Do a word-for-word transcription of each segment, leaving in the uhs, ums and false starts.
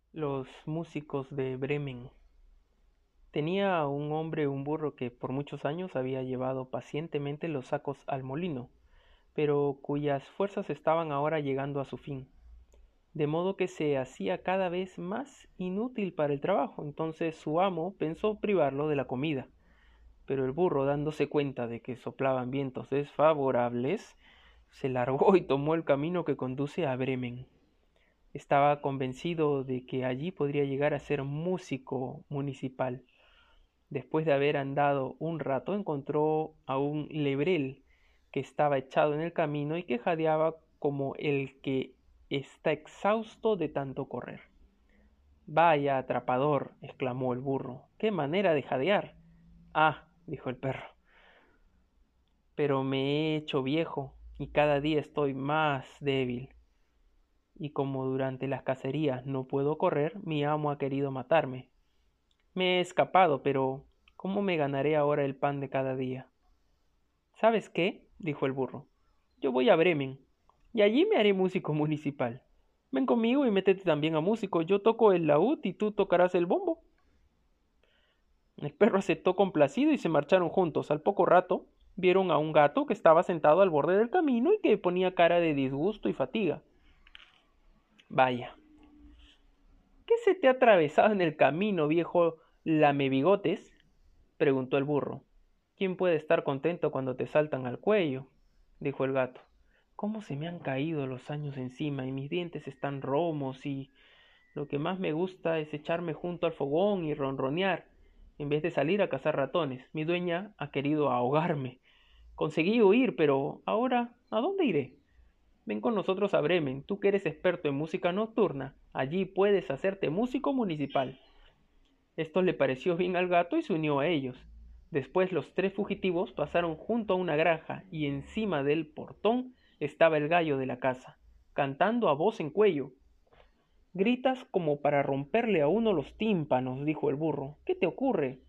Los músicos de Bremen. Tenía un hombre un burro que por muchos años había llevado pacientemente los sacos al molino, pero cuyas fuerzas estaban ahora llegando a su fin, de modo que se hacía cada vez más inútil para el trabajo. Entonces su amo pensó privarlo de la comida, pero el burro, dándose cuenta de que soplaban vientos desfavorables, se largó y tomó el camino que conduce a Bremen. Estaba convencido de que allí podría llegar a ser músico municipal. Después de haber andado un rato, encontró a un lebrel que estaba echado en el camino y que jadeaba como el que está exhausto de tanto correr. Vaya atrapador, exclamó el burro, qué manera de jadear. Ah, dijo el perro, pero me he hecho viejo y cada día estoy más débil. Y como durante las cacerías no puedo correr, mi amo ha querido matarme. Me he escapado, pero ¿cómo me ganaré ahora el pan de cada día? ¿Sabes qué? Dijo el burro. Yo voy a Bremen, y allí me haré músico municipal. Ven conmigo y métete también a músico. Yo toco el laúd y tú tocarás el bombo. El perro aceptó complacido y se marcharon juntos. Al poco rato vieron a un gato que estaba sentado al borde del camino y que ponía cara de disgusto y fatiga. Vaya, ¿qué se te ha atravesado en el camino, viejo lamebigotes? Preguntó el burro. ¿Quién puede estar contento cuando te saltan al cuello? Dijo el gato. ¿Cómo se me han caído los años encima y mis dientes están romos y lo que más me gusta es echarme junto al fogón y ronronear en vez de salir a cazar ratones? Mi dueña ha querido ahogarme. Conseguí huir, pero ahora, ¿a dónde iré? Ven con nosotros a Bremen, tú que eres experto en música nocturna. Allí puedes hacerte músico municipal. Esto le pareció bien al gato y se unió a ellos. Después los tres fugitivos pasaron junto a una granja y encima del portón estaba el gallo de la casa, cantando a voz en cuello. Gritas como para romperle a uno los tímpanos, dijo el burro. ¿Qué te ocurre?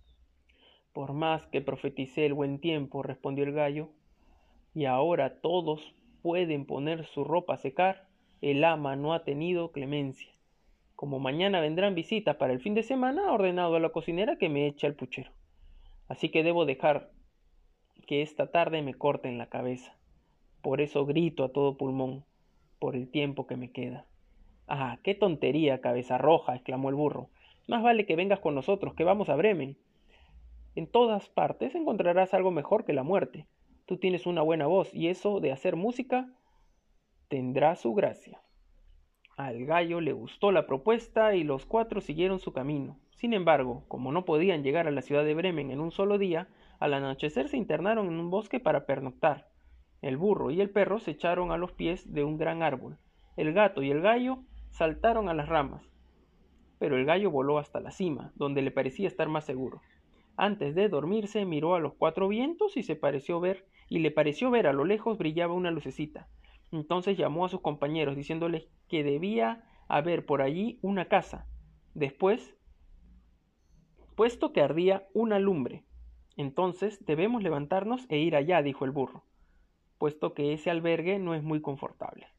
Por más que profeticé el buen tiempo, respondió el gallo, y ahora todos pueden poner su ropa a secar, el ama no ha tenido clemencia. Como mañana vendrán visitas para el fin de semana, ha ordenado a la cocinera que me eche al puchero. Así que debo dejar que esta tarde me corten la cabeza. Por eso grito a todo pulmón, por el tiempo que me queda. Ah, qué tontería, cabeza roja, exclamó el burro. Más vale que vengas con nosotros, que vamos a Bremen. En todas partes encontrarás algo mejor que la muerte. Tú tienes una buena voz y eso de hacer música tendrá su gracia. Al gallo le gustó la propuesta y los cuatro siguieron su camino. Sin embargo, como no podían llegar a la ciudad de Bremen en un solo día, al anochecer se internaron en un bosque para pernoctar. El burro y el perro se echaron a los pies de un gran árbol. El gato y el gallo saltaron a las ramas, pero el gallo voló hasta la cima, donde le parecía estar más seguro. Antes de dormirse miró a los cuatro vientos y se pareció ver, y le pareció ver a lo lejos brillaba una lucecita. Entonces llamó a sus compañeros, diciéndoles que debía haber por allí una casa. Después, puesto que ardía una lumbre. Entonces debemos levantarnos e ir allá, dijo el burro, puesto que ese albergue no es muy confortable.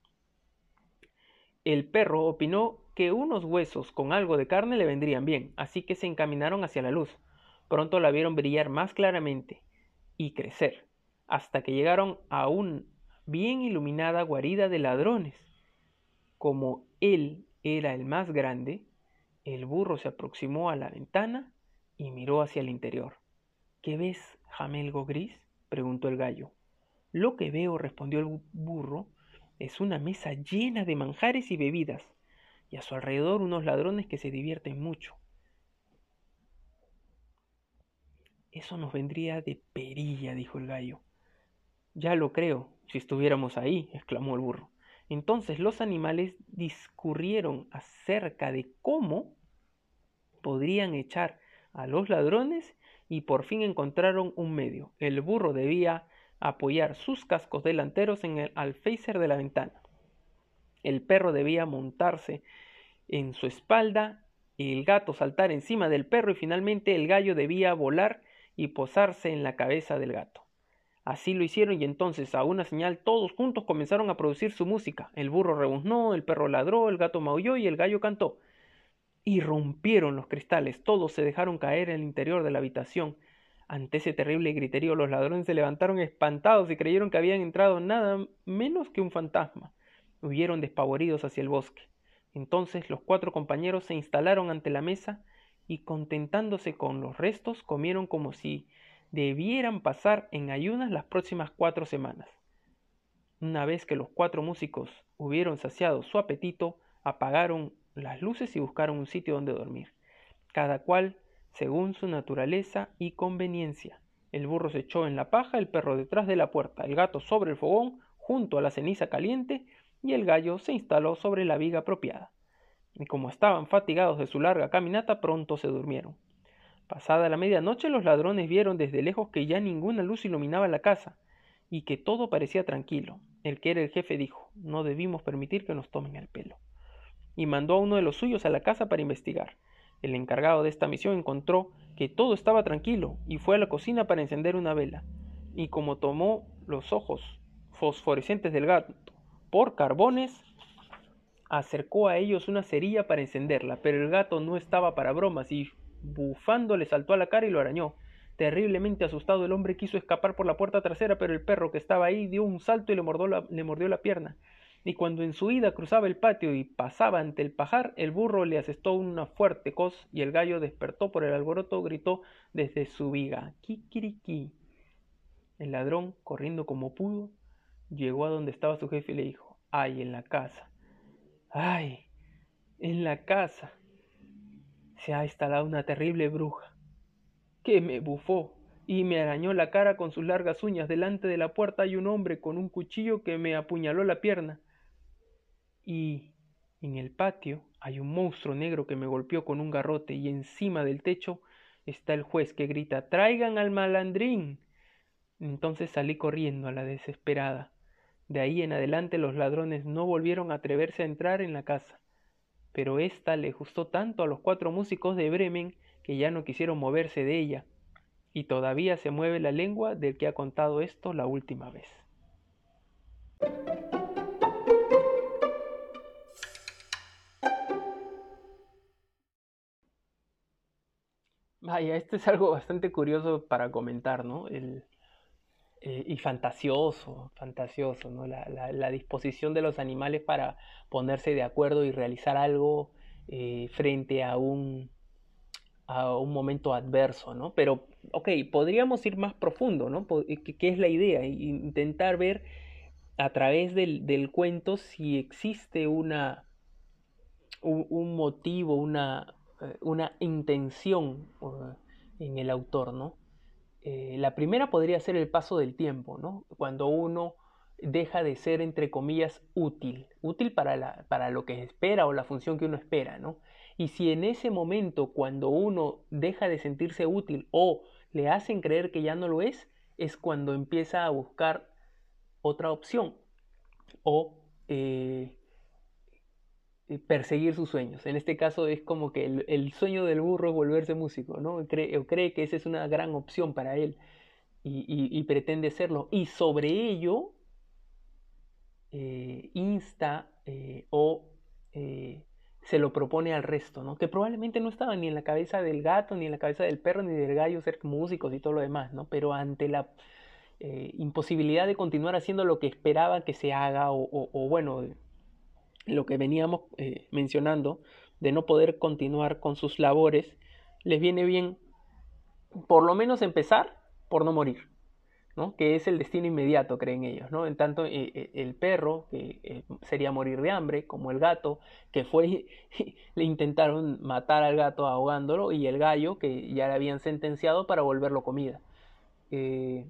El perro opinó que unos huesos con algo de carne le vendrían bien, así que se encaminaron hacia la luz. Pronto la vieron brillar más claramente y crecer, hasta que llegaron a una bien iluminada guarida de ladrones. Como él era el más grande, el burro se aproximó a la ventana y miró hacia el interior. ¿Qué ves, jamelgo gris? Preguntó el gallo. Lo que veo, respondió el burro, es una mesa llena de manjares y bebidas, y a su alrededor unos ladrones que se divierten mucho. Eso nos vendría de perilla, dijo el gallo. Ya lo creo, si estuviéramos ahí, exclamó el burro. Entonces los animales discurrieron acerca de cómo podrían echar a los ladrones y por fin encontraron un medio. El burro debía apoyar sus cascos delanteros en el alféizar de la ventana. El perro debía montarse en su espalda, el gato saltar encima del perro y finalmente el gallo debía volar y posarse en la cabeza del gato. Así lo hicieron y entonces, a una señal, todos juntos comenzaron a producir su música. El burro rebuznó, el perro ladró, el gato maulló y el gallo cantó. Y rompieron los cristales, todos se dejaron caer en el interior de la habitación. Ante ese terrible griterío, los ladrones se levantaron espantados y creyeron que habían entrado nada menos que un fantasma. Huyeron despavoridos hacia el bosque. Entonces los cuatro compañeros se instalaron ante la mesa y, contentándose con los restos, comieron como si debieran pasar en ayunas las próximas cuatro semanas. Una vez que los cuatro músicos hubieron saciado su apetito, apagaron las luces y buscaron un sitio donde dormir, cada cual según su naturaleza y conveniencia. El burro se echó en la paja, el perro detrás de la puerta, el gato sobre el fogón, junto a la ceniza caliente, y el gallo se instaló sobre la viga apropiada. Y como estaban fatigados de su larga caminata, pronto se durmieron. Pasada la medianoche, los ladrones vieron desde lejos que ya ninguna luz iluminaba la casa, y que todo parecía tranquilo. El que era el jefe dijo: no debimos permitir que nos tomen el pelo. Y mandó a uno de los suyos a la casa para investigar. El encargado de esta misión encontró que todo estaba tranquilo y fue a la cocina para encender una vela. Y como tomó los ojos fosforescentes del gato por carbones, acercó a ellos una cerilla para encenderla, pero el gato no estaba para bromas y, bufando, le saltó a la cara y lo arañó. Terriblemente asustado, el hombre quiso escapar por la puerta trasera, pero el perro que estaba ahí dio un salto y le mordió la, le mordió la pierna. Y cuando en su ida cruzaba el patio y pasaba ante el pajar, el burro le asestó una fuerte coz y el gallo despertó por el alboroto, gritó desde su viga: ¡Kikiriki! El ladrón, corriendo como pudo, llegó a donde estaba su jefe y le dijo: ¡ay, en la casa! ¡ay, en la casa! Se ha instalado una terrible bruja, que me bufó y me arañó la cara con sus largas uñas. Delante de la puerta hay un hombre con un cuchillo que me apuñaló la pierna. Y en el patio hay un monstruo negro que me golpeó con un garrote, y encima del techo está el juez que grita: ¡traigan al malandrín! Entonces salí corriendo a la desesperada. De ahí en adelante los ladrones no volvieron a atreverse a entrar en la casa, pero ésta le gustó tanto a los cuatro músicos de Bremen que ya no quisieron moverse de ella, y todavía se mueve la lengua del que ha contado esto la última vez. Vaya, esto es algo bastante curioso para comentar, ¿no? El, eh, y fantasioso, fantasioso, ¿no? La, la, la disposición de los animales para ponerse de acuerdo y realizar algo eh, frente a un, a un momento adverso, ¿no? Pero, ok, podríamos ir más profundo, ¿no? ¿Qué, qué es la idea? Intentar ver a través del, del cuento si existe una, un, un motivo, una, eh, una intención uh, en el autor, ¿no? Eh, la primera podría ser el paso del tiempo, ¿no? Cuando uno deja de ser, entre comillas, útil, útil para, la, para lo que espera o la función que uno espera, ¿no? Y si en ese momento, cuando uno deja de sentirse útil o le hacen creer que ya no lo es, es cuando empieza a buscar otra opción o eh, perseguir sus sueños. En este caso es como que el, el sueño del burro es volverse músico, ¿no? Cree, cree que esa es una gran opción para él y, y, y pretende serlo. Y sobre ello eh, insta eh, o eh, se lo propone al resto, ¿no? Que probablemente no estaba ni en la cabeza del gato, ni en la cabeza del perro, ni del gallo ser músicos y todo lo demás, ¿no? Pero ante la eh, imposibilidad de continuar haciendo lo que esperaba que se haga o, o, o bueno, lo que veníamos eh, mencionando, de no poder continuar con sus labores, les viene bien por lo menos empezar por no morir, ¿no? Que es el destino inmediato, creen ellos, ¿no? En tanto, eh, eh, el perro, que eh, sería morir de hambre, como el gato, que fue, le intentaron matar al gato ahogándolo, y el gallo, que ya le habían sentenciado para volverlo comida. Eh,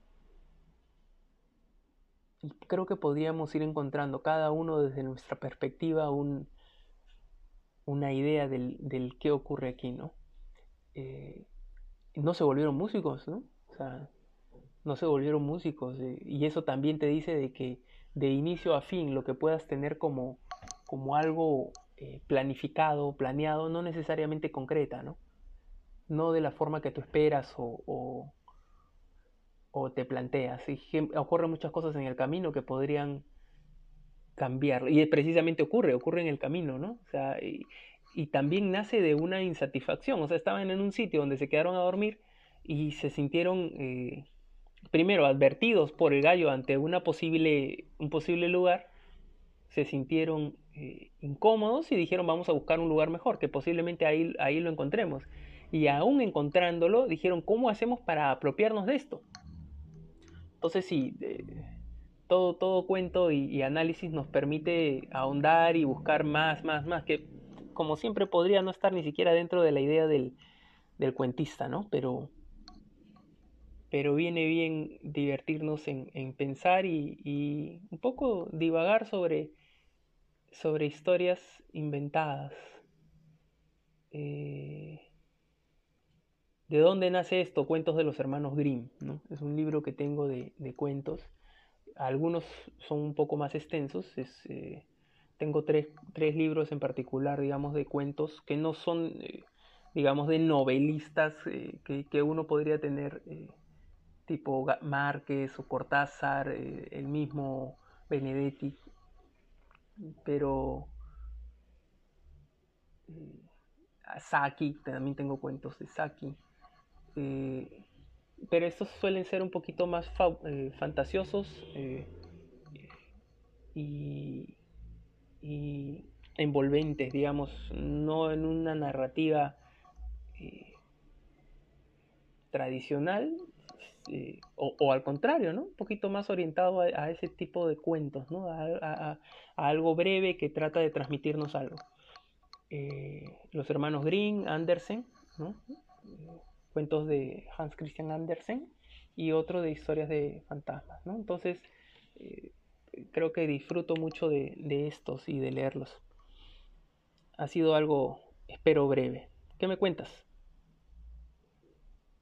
y creo que podríamos ir encontrando cada uno desde nuestra perspectiva un, una idea del, del qué ocurre aquí, ¿no? Eh, no se volvieron músicos, ¿no? O sea, no se volvieron músicos eh, y eso también te dice de que de inicio a fin lo que puedas tener como, como algo eh, planificado, planeado, no necesariamente concreta, ¿no? No de la forma que tú esperas o, o, o te planteas. Y ocurren muchas cosas en el camino que podrían cambiar. Y precisamente ocurre, ocurre en el camino, ¿no? O sea, y, y también nace de una insatisfacción. O sea, estaban en un sitio donde se quedaron a dormir y se sintieron, eh, primero, advertidos por el gallo ante una posible, un posible lugar, se sintieron eh, incómodos y dijeron vamos a buscar un lugar mejor, que posiblemente ahí, ahí lo encontremos. Y aún encontrándolo, dijeron, ¿cómo hacemos para apropiarnos de esto? Entonces sí, eh, todo, todo cuento y, y análisis nos permite ahondar y buscar más, más, más, que como siempre podría no estar ni siquiera dentro de la idea del, del cuentista, ¿no? Pero, pero viene bien divertirnos en, en pensar y, y un poco divagar sobre, sobre historias inventadas. Eh, ¿De dónde nace esto? Cuentos de los hermanos Grimm, ¿no? Es un libro que tengo de, de cuentos. Algunos son un poco más extensos. Es, eh, tengo tres, tres libros en particular, digamos, de cuentos que no son, eh, digamos, de novelistas eh, que, que, uno podría tener, eh, tipo Márquez o Cortázar, eh, el mismo Benedetti, pero eh, Saki, también tengo cuentos de Saki. Eh, pero estos suelen ser un poquito más fa eh, fantasiosos eh, y, y, envolventes, digamos, no en una narrativa eh, tradicional, eh, o, o, al contrario, ¿no? Un poquito más orientado a, a ese tipo de cuentos, ¿no? A, a, a, algo breve que trata de transmitirnos algo. Eh, los hermanos Grimm, Andersen, ¿no? Cuentos de Hans Christian Andersen y otro de historias de fantasmas, ¿no? Entonces, eh, creo que disfruto mucho de, de estos y de leerlos. Ha sido algo, espero, breve. ¿Qué me cuentas?